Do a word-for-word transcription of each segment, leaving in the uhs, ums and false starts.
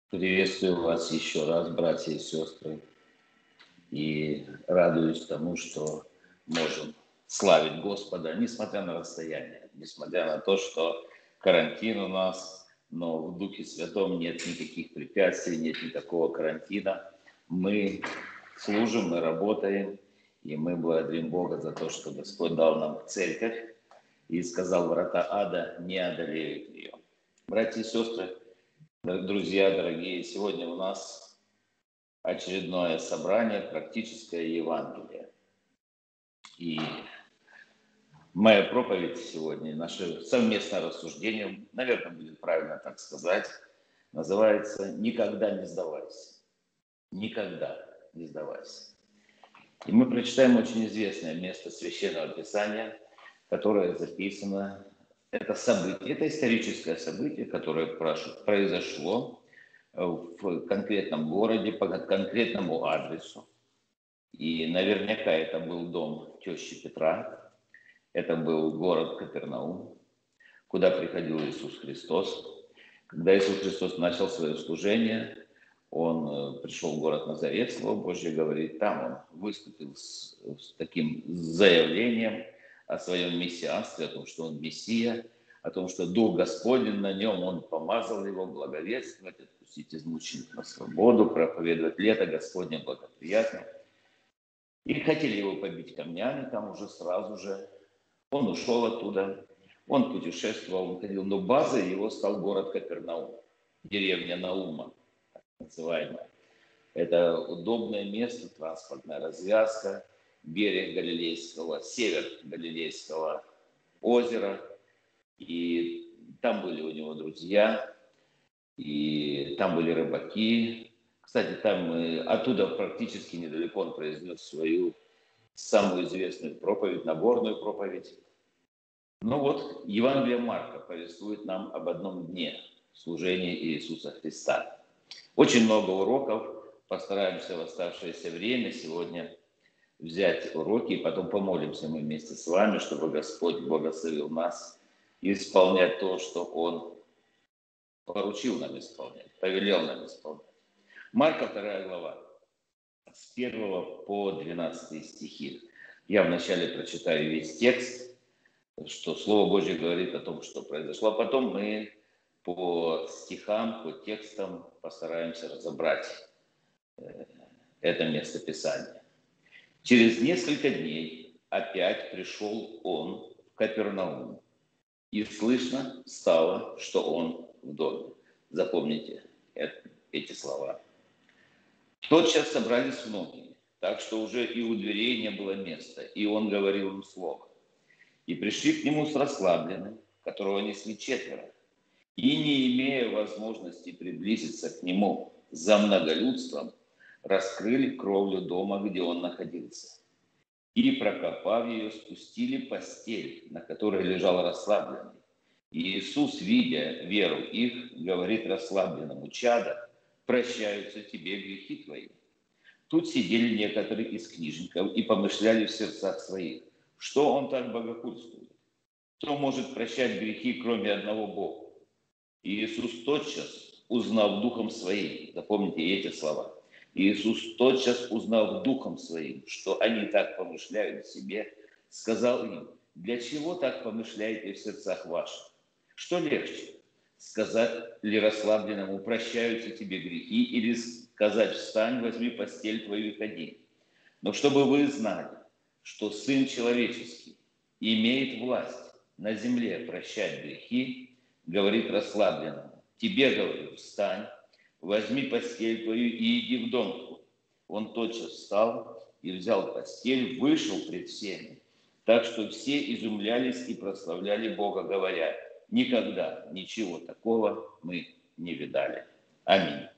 Приветствую вас еще раз, братья и сестры, и радуюсь тому, что можем славить Господа, несмотря на расстояние, несмотря на то, что карантин у нас, но в Духе Святом нет никаких препятствий, нет никакого карантина. Мы служим, мы работаем, и мы благодарим Бога за то, что Господь дал нам церковь и сказал, врата ада не одолеют ее. Братья и сестры, друзья дорогие, сегодня у нас очередное собрание «Практическое Евангелие». И моя проповедь сегодня, наше совместное рассуждение, наверное, будет правильно так сказать, называется «Никогда не сдавайся». Никогда не сдавайся. И мы прочитаем очень известное место Священного Писания, которое записано. Это событие, это историческое событие, которое произошло в конкретном городе, по конкретному адресу. И наверняка это был дом тещи Петра, это был город Капернаум, куда приходил Иисус Христос. Когда Иисус Христос начал свое служение, он пришел в город Назарет, Слово Божье говорит, там он выступил с, с таким заявлением о своем мессианстве, о том, что он Мессия, о том, что Дух Господень на нем, он помазал его благовествовать, отпустить измученных на свободу, проповедовать лето Господне благоприятно. И хотели его побить камнями, там уже сразу же. Он ушел оттуда, он путешествовал, он ходил, но базой его стал город Капернаум, деревня Наума, так называемая. Это удобное место, транспортная развязка, берег Галилейского, север Галилейского озера. И там были у него друзья, и там были рыбаки. Кстати, там оттуда практически недалеко он произнес свою самую известную проповедь, Нагорную проповедь. Ну вот, Евангелие Марка повествует нам об одном дне служения Иисуса Христа. Очень много уроков. Постараемся в оставшееся время сегодня взять уроки, и потом помолимся мы вместе с вами, чтобы Господь благословил нас исполнять то, что Он поручил нам исполнять, повелел нам исполнять. Марка вторая глава, с первого по двенадцатый стихи. Я вначале прочитаю весь текст, что Слово Божье говорит о том, что произошло, а потом мы по стихам, по текстам постараемся разобрать это место Писания. Через несколько дней опять пришел он в Капернаум, и слышно стало, что он в доме. Запомните это, эти слова. Тотчас собрались многие, так что уже и у дверей не было места, и он говорил им слово. И пришли к нему с расслабленным, которого несли четверо, и, не имея возможности приблизиться к нему за многолюдством, раскрыли кровлю дома, где он находился. И, прокопав ее, спустили постель, на которой лежал расслабленный. И Иисус, видя веру их, говорит расслабленному: чадо, прощаются тебе грехи твои. Тут сидели некоторые из книжников и помышляли в сердцах своих, что он так богохульствует. Кто может прощать грехи, кроме одного Бога? И Иисус тотчас, узнав духом своим, запомните эти слова, Иисус тотчас, узнав духом своим, что они так помышляют в себе, сказал им: для чего так помышляете в сердцах ваших? Что легче, сказать ли расслабленному: прощаются тебе грехи, или сказать: встань, возьми постель твою и ходи? Но чтобы вы знали, что Сын Человеческий имеет власть на земле прощать грехи, говорит расслабленному: тебе, говорю, встань, возьми постель твою и иди в дом твой. Он тотчас встал и взял постель, вышел пред всеми, так что все изумлялись и прославляли Бога, говоря: никогда ничего такого мы не видали. Аминь.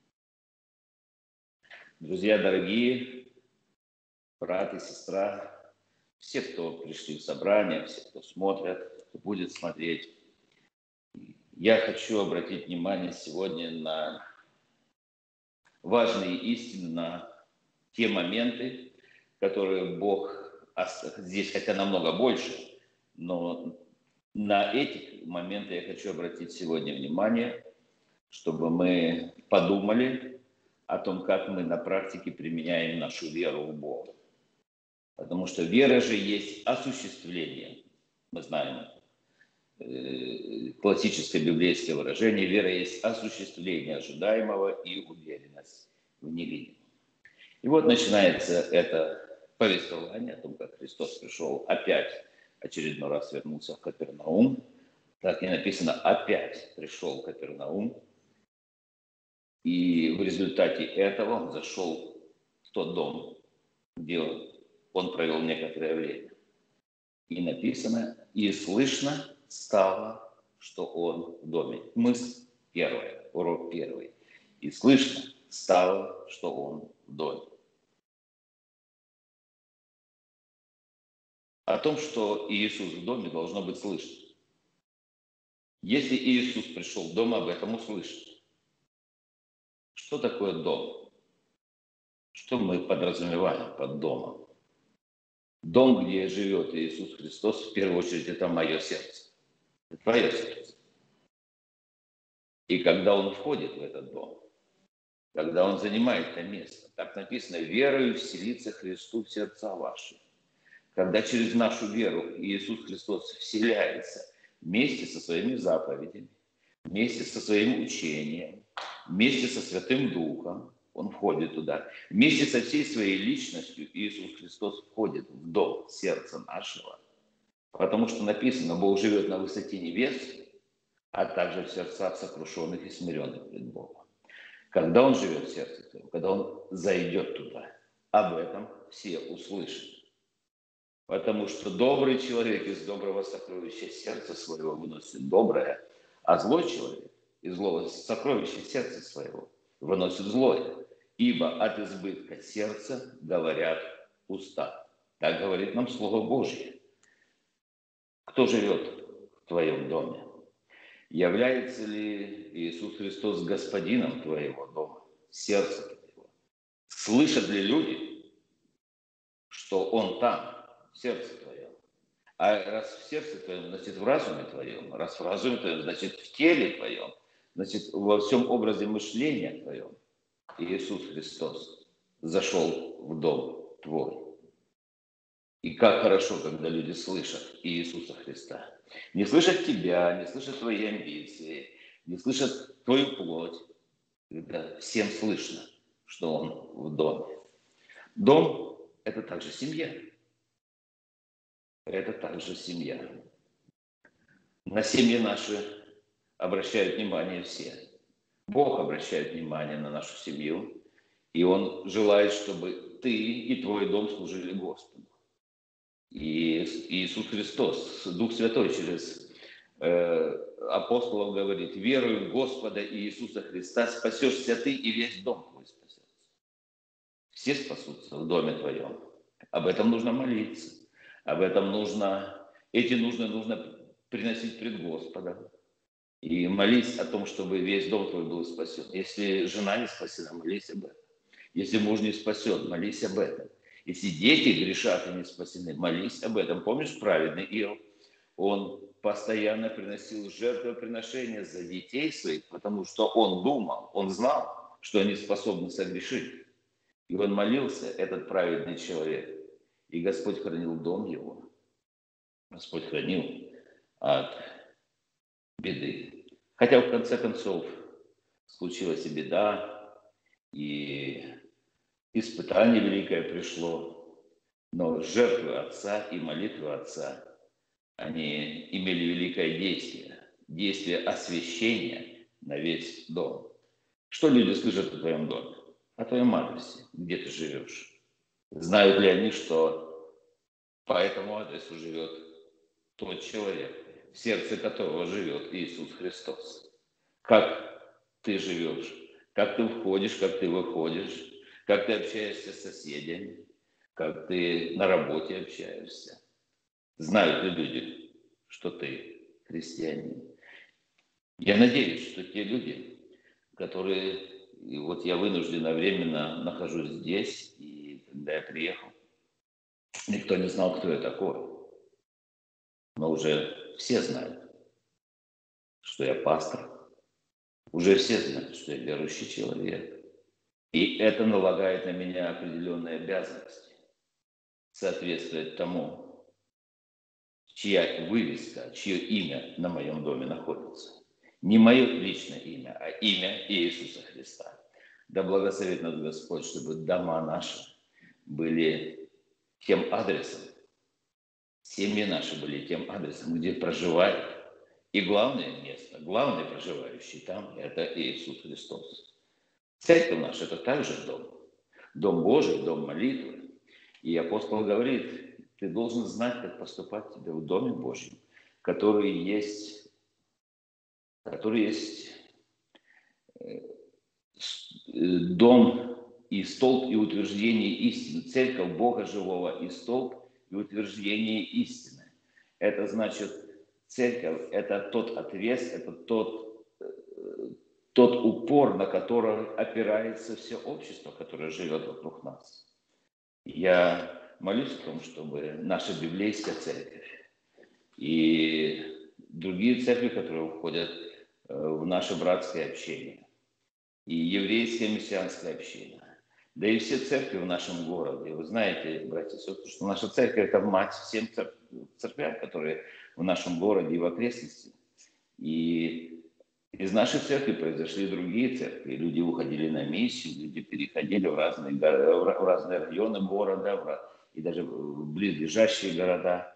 Друзья дорогие, брат и сестра, все, кто пришли в собрание, все, кто смотрят, кто будет смотреть, я хочу обратить внимание сегодня на важные истины, на те моменты, которые Бог здесь, хотя намного больше, но на эти моменты я хочу обратить сегодня внимание, чтобы мы подумали о том, как мы на практике применяем нашу веру в Бога. Потому что вера же есть осуществление. Мы знаем э, классическое библейское выражение: вера есть осуществление ожидаемого и уверенность в невидимом. И вот начинается это повествование о том, как Христос пришел опять, очередной раз вернулся в Капернаум. Так и написано: опять пришел в Капернаум. И в результате этого он зашел в тот дом, где он провел некоторое время. И написано: и слышно стало, что он в доме. Мысль первая, урок первый. И слышно стало, что он в доме. О том, что Иисус в доме, должно быть слышно. Если Иисус пришел в дом, об этом услышат. Что такое дом? Что мы подразумеваем под домом? Дом, где живет Иисус Христос, в первую очередь, это мое сердце. Это твое сердце. И когда Он входит в этот дом, когда Он занимает это место, так написано: верою вселится Христу в сердца ваши. Когда через нашу веру Иисус Христос вселяется вместе со своими заповедями, вместе со своим учением, вместе со Святым Духом, Он входит туда. Вместе со всей своей личностью Иисус Христос входит в дом сердца нашего. Потому что написано: Бог живет на высоте небес, а также в сердцах сокрушенных и смиренных пред Богом. Когда Он живет в сердце твоем, когда Он зайдет туда, об этом все услышат. Потому что добрый человек из доброго сокровища сердца своего выносит доброе, а злой человек из злого сокровища сердца своего выносит злое. Ибо от избытка сердца говорят уста. Так говорит нам Слово Божье. Кто живет в твоем доме? Является ли Иисус Христос господином твоего дома, сердца твоего? Слышат ли люди, что Он там, в сердце твоем? А раз в сердце твоем, значит, в разуме твоем. Раз в разуме твоем, значит, в теле твоем. Значит, во всем образе мышления твоем Иисус Христос зашел в дом твой. И как хорошо, когда люди слышат Иисуса Христа. Не слышат тебя, не слышат твои амбиции, не слышат твою плоть. Когда всем слышно, что Он в доме. Дом – это также семья. Это также семья. На семьи наши обращают внимание все. Бог обращает внимание на нашу семью, и Он желает, чтобы ты и твой дом служили Господу. И Иисус Христос, Дух Святой через э, апостолов говорит: веруй в Господа Иисуса Христа, спасешься ты и весь дом твой спасется. Все спасутся в доме твоем. Об этом нужно молиться. Об этом нужно, эти нужно, нужно приносить пред Господом. И молись о том, чтобы весь дом твой был спасен. Если жена не спасена, молись об этом. Если муж не спасен, молись об этом. Если дети грешат и не спасены, молись об этом. Помнишь праведный Иов? Он постоянно приносил жертвоприношения за детей своих, потому что он думал, он знал, что они способны согрешить. И он молился, этот праведный человек. И Господь хранил дом его. Господь хранил от беды. Хотя в конце концов случилась и беда, и испытание великое пришло, но жертвы отца и молитвы отца, они имели великое действие, действие освящения на весь дом. Что люди слышат о твоем доме, о твоем адресе, где ты живешь? Знают ли они, что по этому адресу живет тот человек, в сердце которого живет Иисус Христос? Как ты живешь, как ты входишь, как ты выходишь, как ты общаешься с соседями, как ты на работе общаешься. Знают ли люди, что ты христианин? Я надеюсь, что те люди, которые... И вот я вынужденно временно нахожусь здесь, и когда я приехал, никто не знал, кто я такой. Но уже все знают, что я пастор, Уже все знают, что я верующий человек. И это налагает на меня определенные обязанности соответствовать тому, чья вывеска, чье имя на моем доме находится. Не мое личное имя, а имя Иисуса Христа. Да благословит нас Господь, чтобы дома наши были тем адресом, семьи наши были тем адресом, где проживает. И главное место, главный проживающий там – это Иисус Христос. Церковь наша – это также дом. Дом Божий, дом молитвы. И апостол говорит, ты должен знать, как поступать тебе в доме Божьем, который есть, который есть дом и столб и утверждение истины. Церковь Бога живого и столб и утверждение истины. Это значит, церковь – это тот отвес, это тот, тот упор, на который опирается все общество, которое живет вокруг нас. Я молюсь о том, чтобы наша библейская церковь и другие церкви, которые входят в наше братское общение, и еврейское мессианское общение, да и все церкви в нашем городе. Вы знаете, братья и сестры, что наша церковь – это мать всем церквям, которые в нашем городе и в окрестности. И из нашей церкви произошли другие церкви. Люди уходили на миссию, люди переходили в разные, в разные районы города, и даже в близлежащие города.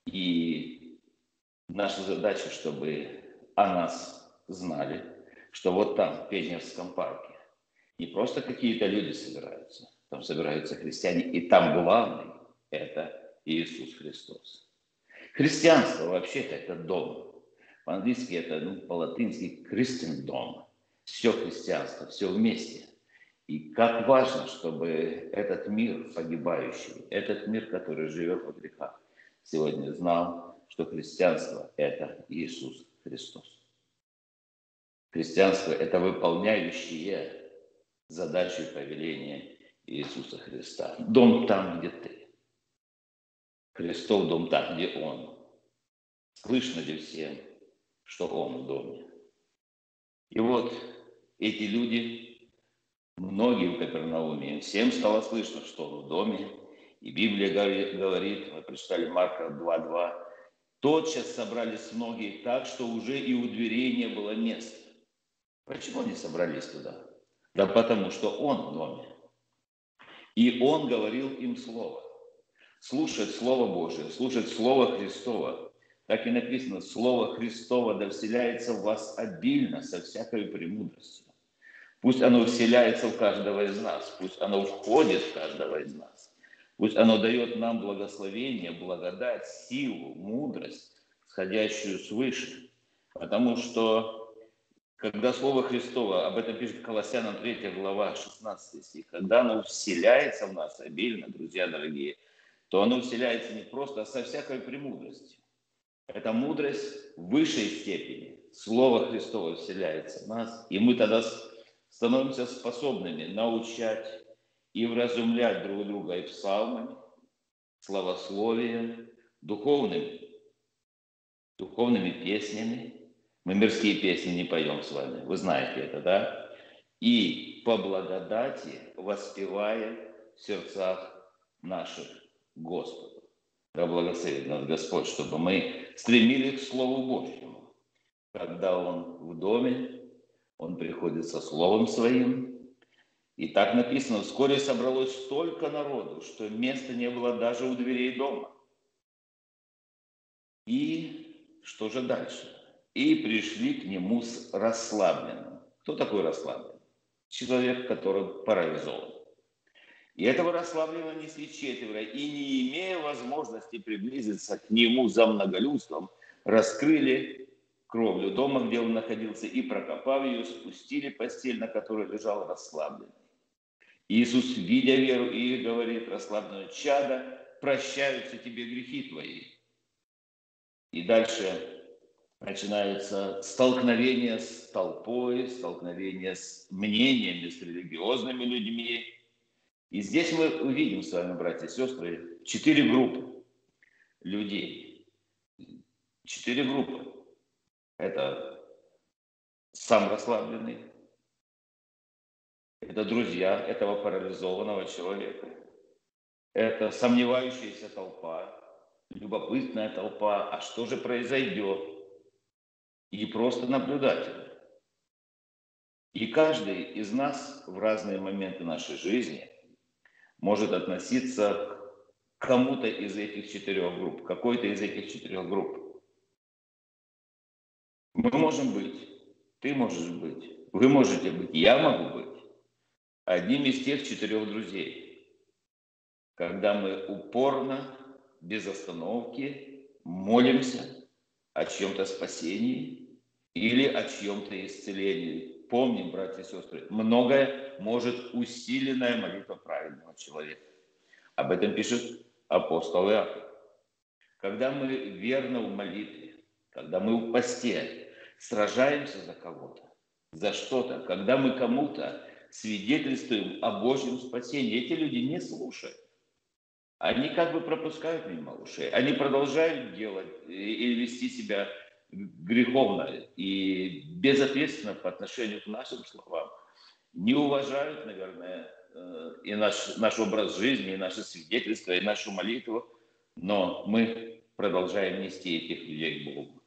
И наша задача, чтобы о нас знали, что вот там, в Пензенском парке, не просто какие-то люди собираются, там собираются христиане, и там главный – это Иисус Христос. Христианство вообще-то это дом. По-английски это, ну, по-латински «Christendom». Все христианство, все вместе. И как важно, чтобы этот мир погибающий, этот мир, который живет во грехах, сегодня знал, что христианство – это Иисус Христос. Христианство – это выполняющее задачу и повеление Иисуса Христа. Дом там, где ты. Христов дом там, где Он. Слышно ли всем, что Он в доме? И вот эти люди, многие в Капернауме, всем стало слышно, что Он в доме. И Библия говорит, мы прочитали Марка два два, тотчас собрались многие так, что уже и у дверей не было места. Почему они собрались туда? Да потому что Он в доме. И Он говорил им Слово. Слушать Слово Божие, слушать Слово Христово. Так и написано, Слово Христово да вселяется в вас обильно, со всякой премудростью. Пусть оно вселяется в каждого из нас, пусть оно входит в каждого из нас. Пусть оно дает нам благословение, благодать, силу, мудрость, сходящую свыше. Потому что, когда Слово Христово, об этом пишет Колоссянам третья глава, шестнадцатый стих, когда оно вселяется в нас обильно, друзья дорогие, то оно вселяется не просто, а со всякой премудростью. Эта мудрость в высшей степени. Слово Христово вселяется в нас, и мы тогда становимся способными научать и вразумлять друг друга и псалмами, славословием, духовными, духовными песнями. Мы мирские песни не поем с вами, вы знаете это, да? И по благодати воспевая в сердцах наших Господу. Да благословит нас Господь, чтобы мы стремились к Слову Божьему. Когда Он в доме, Он приходит со Словом Своим. И так написано, вскоре собралось столько народу, что места не было даже у дверей дома. И что же дальше? И пришли к Нему с расслабленным. Кто такой расслабленный? Человек, который парализован. И этого расслабленного несли четверо, и не имея возможности приблизиться к Нему за многолюдством, раскрыли кровлю дома, где Он находился, и, прокопав ее, спустили постель, на которой лежал расслабленный. Иисус, видя веру, и говорит расслабленному: чадо, прощаются тебе грехи твои. И дальше начинается столкновение с толпой, столкновение с мнениями, с религиозными людьми. И здесь мы увидим с вами, братья и сестры, четыре группы людей. Четыре группы. Это сам расслабленный. Это друзья этого парализованного человека. Это сомневающаяся толпа, любопытная толпа. А что же произойдет? И просто наблюдатель. И каждый из нас в разные моменты нашей жизни может относиться к кому-то из этих четырех групп, к какой-то из этих четырех групп. Мы можем быть, ты можешь быть, вы можете быть, я могу быть одним из тех четырех друзей, когда мы упорно, без остановки молимся о чьем-то спасении или о чьем-то исцелении. Помним, братья и сестры, многое может усиленная молитва праведного человека. Об этом пишет апостол Иаков. Когда мы верно в молитве, когда мы в посте сражаемся за кого-то, за что-то, когда мы кому-то свидетельствуем о Божьем спасении, эти люди не слушают. Они как бы пропускают мимо ушей. Они продолжают делать и вести себя греховно и безответственно по отношению к нашим словам. Не уважают, наверное, и наш, наш образ жизни, и наше свидетельство, и нашу молитву. Но мы продолжаем нести этих людей к Богу.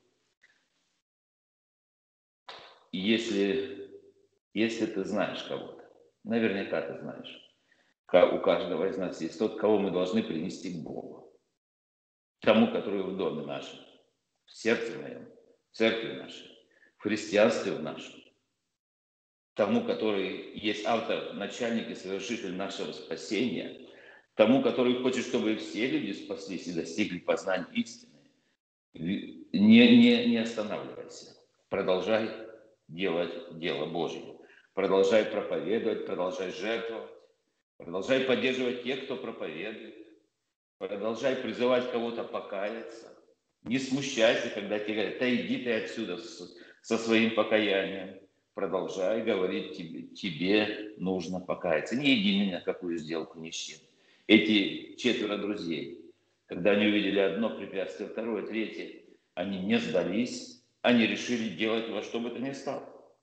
И если, если ты знаешь кого-то, наверняка ты знаешь, у каждого из нас есть тот, кого мы должны принести к Богу. Тому, который в доме нашем, в сердце моем, в церкви нашей, в христианстве в нашем. Тому, который есть автор, начальник и совершитель нашего спасения. Тому, который хочет, чтобы все люди спаслись и достигли познания истины. Не, не, не останавливайся. Продолжай делать дело Божье. Продолжай проповедовать, продолжай жертвовать. Продолжай поддерживать тех, кто проповедует. Продолжай призывать кого-то покаяться. Не смущайся, когда тебе говорят: да иди ты отсюда со своим покаянием. Продолжай говорить тебе, тебе нужно покаяться. Не иди меня какую сделку ни с чем. Эти четверо друзей, когда они увидели одно препятствие, второе, третье, они не сдались, они решили делать во что бы то ни стало.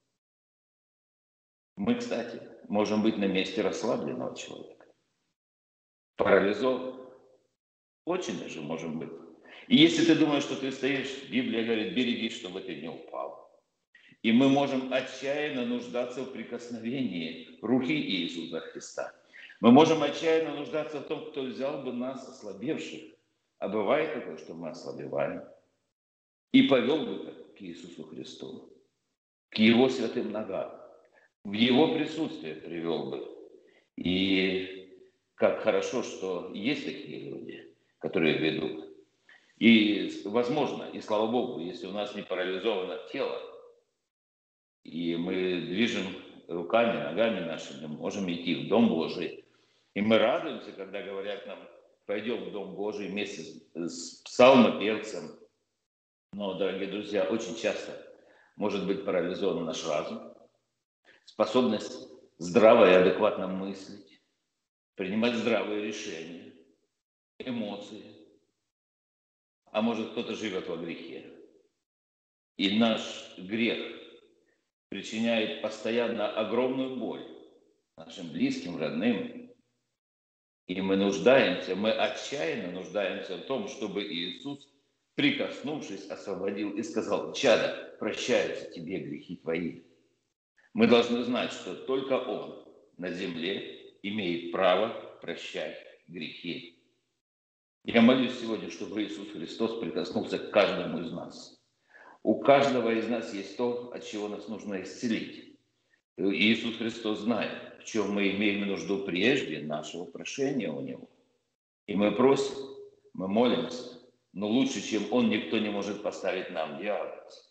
Мы, кстати, можем быть на месте расслабленного человека, парализованного. Очень даже можем быть. И если ты думаешь, что ты стоишь, Библия говорит: берегись, чтобы ты не упал. И мы можем отчаянно нуждаться в прикосновении руки Иисуса Христа. Мы можем отчаянно нуждаться в том, кто взял бы нас, ослабевших. А бывает такое, что мы ослабеваем. И повел бы к Иисусу Христу, к Его святым ногам, в Его присутствие привел бы. И как хорошо, что есть такие люди, которые ведут. И возможно, и слава Богу, если у нас не парализовано тело, и мы движем руками, ногами нашими, можем идти в Дом Божий. И мы радуемся, когда говорят нам: пойдем в Дом Божий вместе с псалмопевцем. Но, дорогие друзья, очень часто может быть парализован наш разум, способность здраво и адекватно мыслить, принимать здравые решения, эмоции. А может, кто-то живет во грехе. И наш грех причиняет постоянно огромную боль нашим близким, родным. И мы нуждаемся, мы отчаянно нуждаемся в том, чтобы Иисус, прикоснувшись, освободил и сказал: чадо, прощаются тебе грехи твои. Мы должны знать, что только Он на земле имеет право прощать грехи. Я молюсь сегодня, чтобы Иисус Христос прикоснулся к каждому из нас. У каждого из нас есть то, от чего нас нужно исцелить. Иисус Христос знает, в чем мы имеем нужду прежде нашего прошения у Него. И мы просим, мы молимся, но лучше, чем Он, никто не может поставить нам диагноз.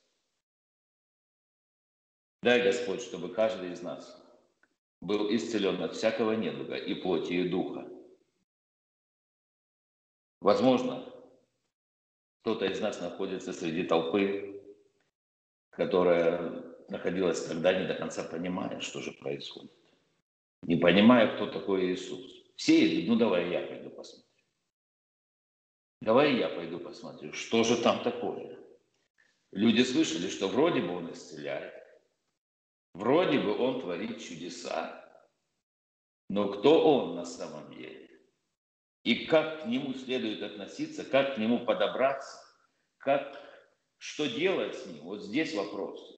Дай, Господь, чтобы каждый из нас был исцелен от всякого недуга и плоти, и духа. Возможно, кто-то из нас находится среди толпы, которая находилась тогда, не до конца понимая, что же происходит. Не понимая, кто такой Иисус. Все идут: ну давай я пойду посмотрю. Давай я пойду посмотрю, что же там такое. Люди слышали, что вроде бы Он исцеляет, Вроде бы он творит чудеса, но кто он на самом деле? И как к нему следует относиться, как к нему подобраться, как, что делать с ним? Вот здесь вопрос.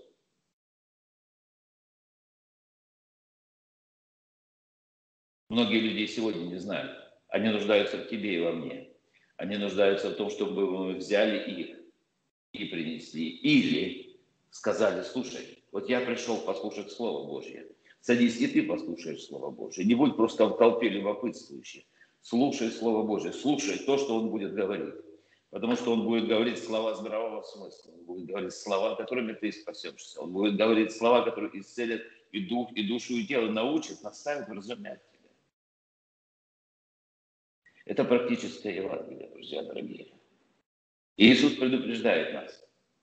Многие люди сегодня не знают. Они нуждаются в тебе и во мне. Они нуждаются в том, чтобы мы взяли их и принесли. Или сказали: слушай, вот я пришел послушать Слово Божье. Садись и ты послушаешь Слово Божье. Не будь просто в толпе любопытствующих. Слушай Слово Божье. Слушай то, что Он будет говорить. Потому что Он будет говорить слова здравого смысла. Он будет говорить слова, которыми ты спасешься. Он будет говорить слова, которые исцелят и дух, и душу, и тело. Научат, наставят, вразумят тебя. Это практическое Евангелие, друзья дорогие. И Иисус предупреждает нас.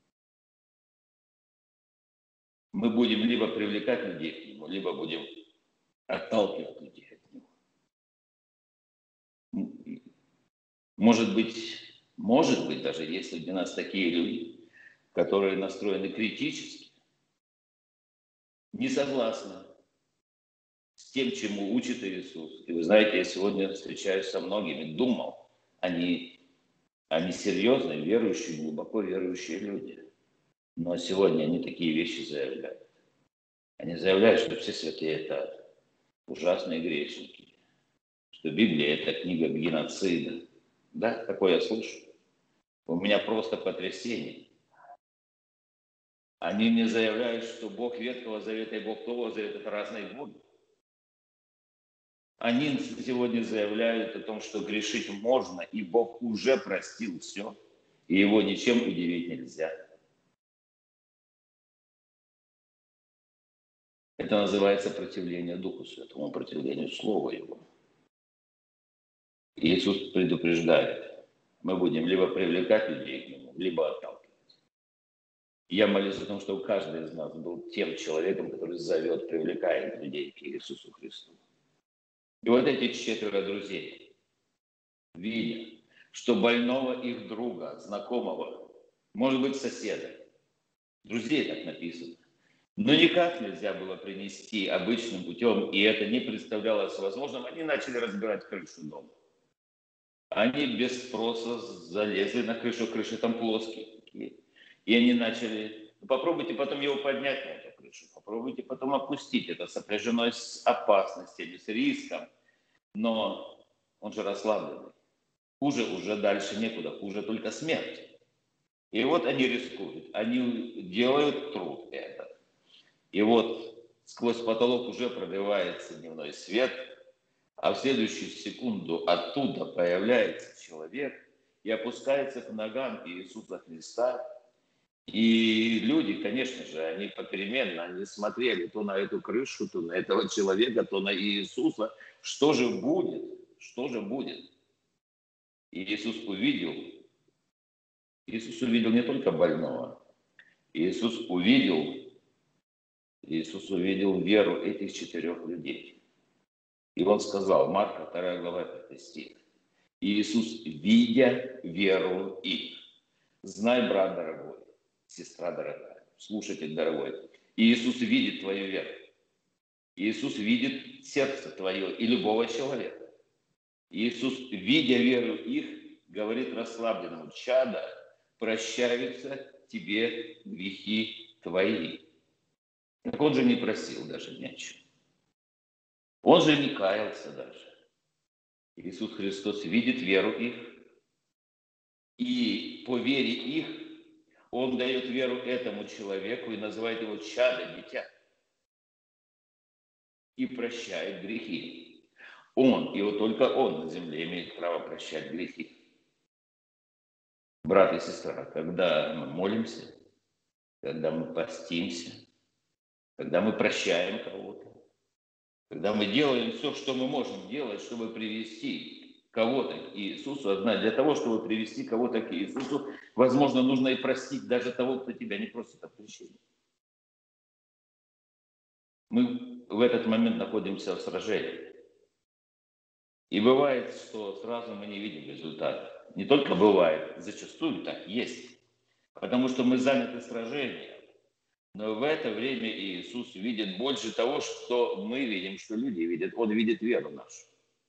Мы будем либо привлекать людей к Нему, либо будем отталкивать людей от Него. Может быть, может быть, даже есть среди нас такие люди, которые настроены критически, не согласны с тем, чему учит Иисус. И вы знаете, я сегодня встречаюсь со многими, думал, они, они серьезные, верующие, глубоко верующие люди. Но сегодня они такие вещи заявляют. Они заявляют, что все святые – это ужасные грешники, что Библия – это книга геноцида. Да, такое я слышу. У меня просто потрясение. Они мне заявляют, что Бог Ветхого Завета и Бог Нового Завета – это разные боги. Они сегодня заявляют о том, что грешить можно, и Бог уже простил все, и его ничем удивить нельзя. Это называется противление Духу Святому, противлению Слова Его. И Иисус предупреждает, мы будем либо привлекать людей к Нему, либо отталкивать. Я молюсь о том, чтобы каждый из нас был тем человеком, который зовет, привлекает людей к Иисусу Христу. И вот эти четверо друзей, видя, что больного их друга, знакомого, может быть, соседа, друзей так написано, но никак нельзя было принести обычным путем, и это не представлялось возможным, они начали разбирать крышу дома. Они без спроса залезли на крышу, крыши там плоские. И они начали, ну, попробуйте потом его поднять на эту крышу, попробуйте потом опустить. Это сопряжено с опасностями, с риском, но он же расслабленный. Хуже уже дальше некуда, хуже только смерть. И вот они рискуют, они делают труд этот. И вот сквозь потолок уже пробивается дневной свет, а в следующую секунду оттуда появляется человек и опускается к ногам Иисуса Христа. И люди, конечно же, они попеременно, они смотрели то на эту крышу, то на этого человека, то на Иисуса. Что же будет? Что же будет? И Иисус увидел, Иисус увидел не только больного, Иисус увидел, Иисус увидел веру этих четырех людей. И Он сказал, Марка, вторая глава, пятый стих, Иисус, видя веру их, знай, брат дорогой, сестра дорогая, слушатель дорогой, Иисус видит твою веру. Иисус видит сердце твое и любого человека. Иисус, видя веру их, говорит расслабленному, чадо, прощаются тебе грехи твои. Так Он же не просил даже ни о чем. Он же не каялся даже. Иисус Христос видит веру их, и по вере их Он дает веру этому человеку и называет его чадо, дитя, и прощает грехи. Он, и вот только Он на земле имеет право прощать грехи. Брат и сестра, когда мы молимся, когда мы постимся, когда мы прощаем кого-то, когда мы делаем все, что мы можем делать, чтобы привести кого-то к Иисусу, одна для того, чтобы привести кого-то к Иисусу, возможно, нужно и простить даже того, кто тебя не просит о прощении. Мы в этот момент находимся в сражении. И бывает, что сразу мы не видим результата. Не только бывает, зачастую так есть. Потому что мы заняты сражением. Но в это время Иисус видит больше того, что мы видим, что люди видят. Он видит веру нашу.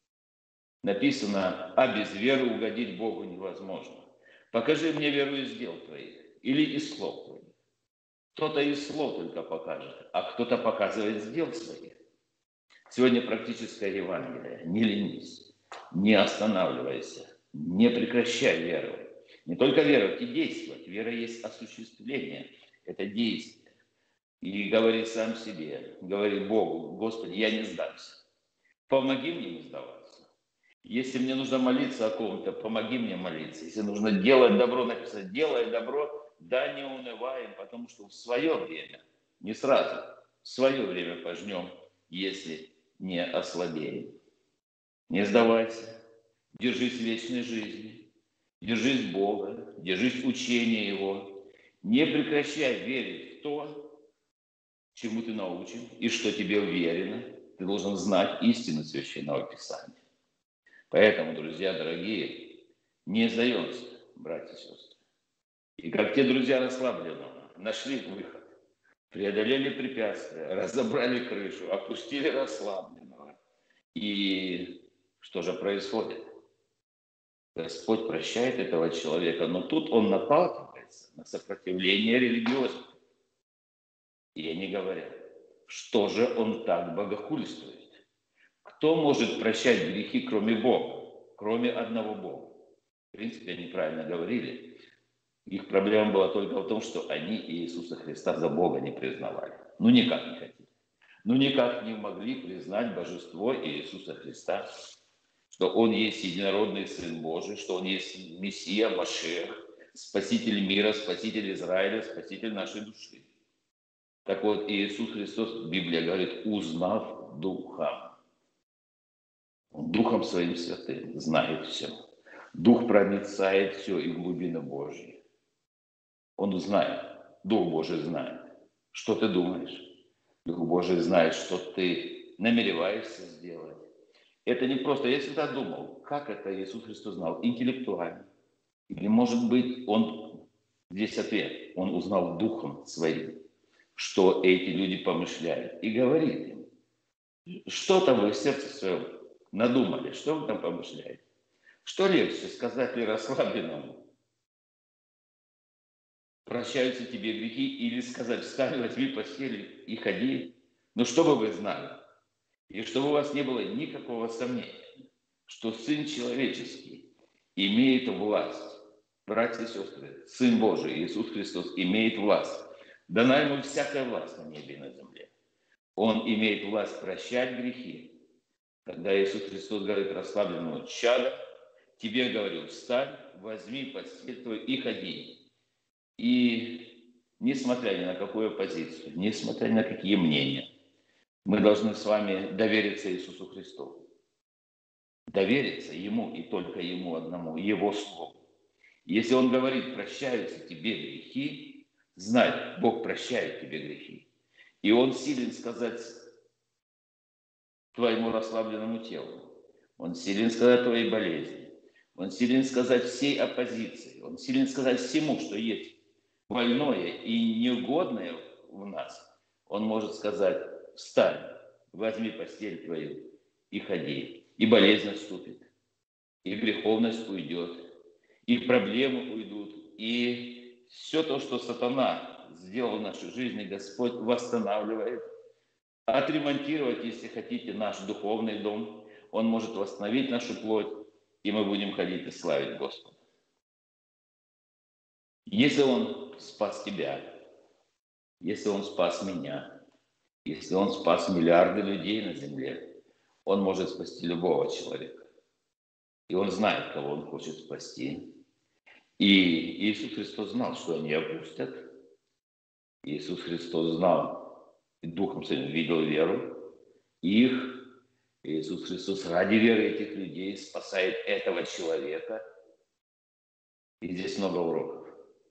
Написано, а без веры угодить Богу невозможно. Покажи мне веру из дел твоих или из слов твоих. Кто-то из слов только покажет, а кто-то показывает из дел своих. Сегодня практическое Евангелие. Не ленись, не останавливайся, не прекращай веру. Не только веровать и действовать. Вера есть осуществление. Это действие. И говори сам себе, говори Богу, Господи, я не сдамся. Помоги мне не сдаваться. Если мне нужно молиться о ком-то, помоги мне молиться. Если нужно делать добро, написать, делай добро, да не унываем, потому что в свое время, не сразу, в свое время пожнем, если не ослабеем. Не сдавайся, держись вечной жизни, держись Бога, держись учения Его. Не прекращай верить в то, чему ты научен и что тебе уверено. Ты должен знать истину Священного Писания. Поэтому, друзья дорогие, не сдаемся, братья и сестры. И как те друзья расслабленного нашли выход, преодолели препятствия, разобрали крышу, опустили расслабленного. И что же происходит? Господь прощает этого человека, но тут он наталкивается на сопротивление религиозных. И они говорят, что же он так богохульствует? Кто может прощать грехи, кроме Бога, кроме одного Бога? В принципе, они правильно говорили. Их проблема была только в том, что они Иисуса Христа за Бога не признавали. Ну, никак не хотели. Ну, никак не могли признать божество Иисуса Христа, что Он есть единородный Сын Божий, что Он есть Мессия, Машиах, Спаситель мира, Спаситель Израиля, Спаситель нашей души. Так вот, Иисус Христос, Библия говорит, узнав Духом. Он Духом Своим Святым знает все. Дух проницает все и глубины Божьи. Он знает, Дух Божий знает, что ты думаешь. Дух Божий знает, что ты намереваешься сделать. Это не просто, я всегда думал, как это Иисус Христос знал, интеллектуально. Или, может быть, Он, здесь ответ, Он узнал Духом Своим, что эти люди помышляют. И говорит им, что-то вы в сердце своем надумали, что вы там помышляете? Что легче сказать ли расслабленному? Прощаются тебе грехи, или сказать, встань, возьми постель и ходи. Но чтобы вы знали, и чтобы у вас не было никакого сомнения, что Сын Человеческий имеет власть, братья и сестры, Сын Божий, Иисус Христос имеет власть. Дана Ему всякая власть на небе и на земле. Он имеет власть прощать грехи. Когда Иисус Христос говорит расслабленному чадо, тебе говорю, встань, возьми постель твою и ходи. И несмотря ни на какую позицию, несмотря ни на какие мнения, мы должны с вами довериться Иисусу Христу. Довериться Ему и только Ему одному, Его Слову. Если Он говорит, прощаются тебе грехи, знай, Бог прощает тебе грехи. И Он силен сказать твоему расслабленному телу. Он силен сказать твоей болезни. Он силен сказать всей оппозиции. Он силен сказать всему, что есть больное и неугодное в нас. Он может сказать, встань, возьми постель твою и ходи. И болезнь отступит, и греховность уйдет, и проблемы уйдут, и все то, что сатана сделал в нашей жизни, Господь восстанавливает. Отремонтировать, если хотите, наш духовный дом. Он может восстановить нашу плоть, и мы будем ходить и славить Господа. Если Он спас тебя, если Он спас меня, если Он спас миллиарды людей на земле, Он может спасти любого человека. И Он знает, кого Он хочет спасти. И Иисус Христос знал, что они опустят. Иисус Христос знал, и Духом Своим видел веру их. Иисус Христос ради веры этих людей спасает этого человека. И здесь много уроков.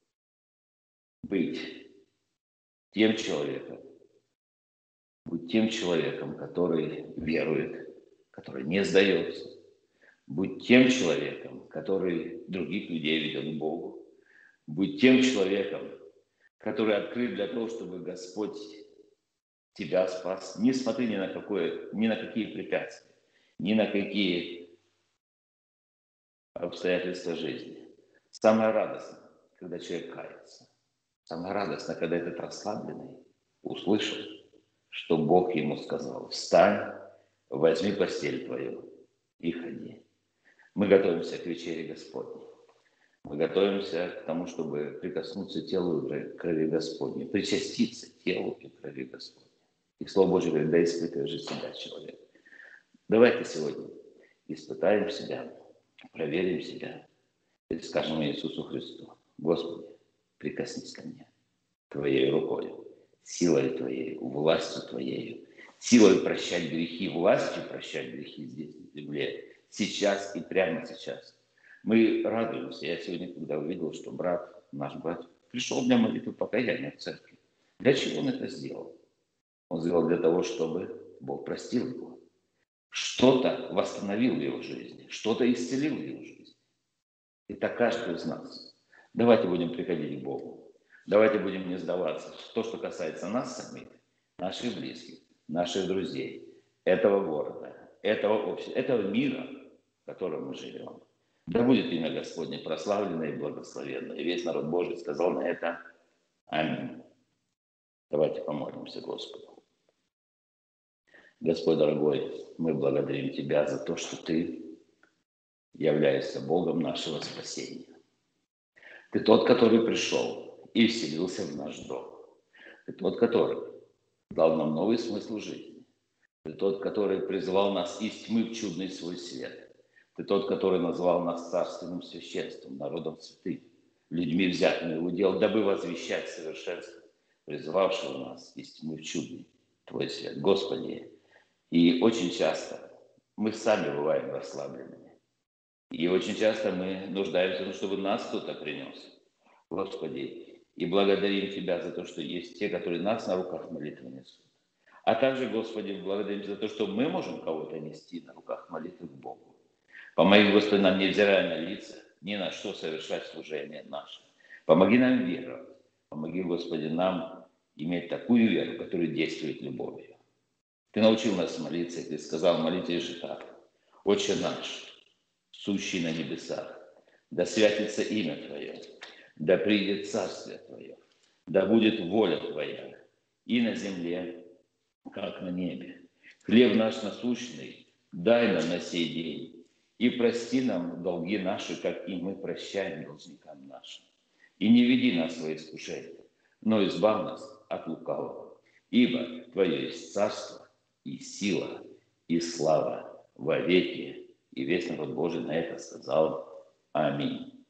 Быть тем человеком, быть тем человеком, который верует, который не сдается. Будь тем человеком, который других людей ведет к Богу. Будь тем человеком, который открыт для того, чтобы Господь тебя спас. Не смотри ни на, какое, ни на какие препятствия, ни на какие обстоятельства жизни. Самое радостное, когда человек кается. Самое радостное, когда этот расслабленный услышал, что Бог ему сказал: встань, возьми постель твою и ходи. Мы готовимся к вечере Господней. Мы готовимся к тому, чтобы прикоснуться телу и крови Господней, причаститься телу и крови Господней. И Слово Божье говорит: да испытывай же себя, человек. Давайте сегодня испытаем себя, проверим себя и скажем Иисусу Христу: Господи, прикоснись ко мне Твоей рукой, силой Твоей, властью Твоей, силой прощать грехи, властью прощать грехи здесь, на земле, сейчас и прямо сейчас. Мы радуемся. Я сегодня, когда увидел, что брат, наш брат, пришел в дня молитвы покаяния в церкви. Для чего он это сделал? Он сделал для того, чтобы Бог простил его. Что-то восстановил в его жизни, что-то исцелил в его жизни. И так каждый из нас. Давайте будем приходить к Богу. Давайте будем не сдаваться. То, что касается нас самих, наших близких, наших друзей, этого города, этого общества, этого мира, в котором мы живем. Да будет имя Господне прославлено и благословенно. И весь народ Божий сказал на это аминь. Давайте помолимся Господу. Господь дорогой, мы благодарим Тебя за то, что Ты являешься Богом нашего спасения. Ты тот, который пришел и вселился в наш дом. Ты тот, который дал нам новый смысл жизни. Ты тот, который призвал нас из тьмы в чудный свой свет. Ты тот, который назвал нас царственным священством, народом святым, людьми, взятыми в удел, дабы возвещать совершенство, призывавшего нас из тьмы в чудный Твой свет. Господи, и очень часто мы сами бываем расслабленными. И очень часто мы нуждаемся в том, чтобы нас кто-то принес. Господи, и благодарим Тебя за то, что есть те, которые нас на руках молитвы несут. А также, Господи, благодарим за то, что мы можем кого-то нести на руках молитвы к Богу. Помоги, Господи, нам, невзирая на лица, ни на что совершать служение наше. Помоги нам веровать. Помоги, Господи, нам иметь такую веру, которая действует любовью. Ты научил нас молиться, и Ты сказал: молитесь же так: Отче наш, сущий на небесах, да святится имя Твое, да придет царствие Твое, да будет воля Твоя и на земле, как на небе. Хлеб наш насущный дай нам на сей день, и прости нам долги наши, как и мы прощаем должникам нашим. И не веди нас в свои искушения, но избавь нас от лукавого. Ибо Твое есть царство, и сила, и слава во веки. И весь народ Божий на это сказал аминь.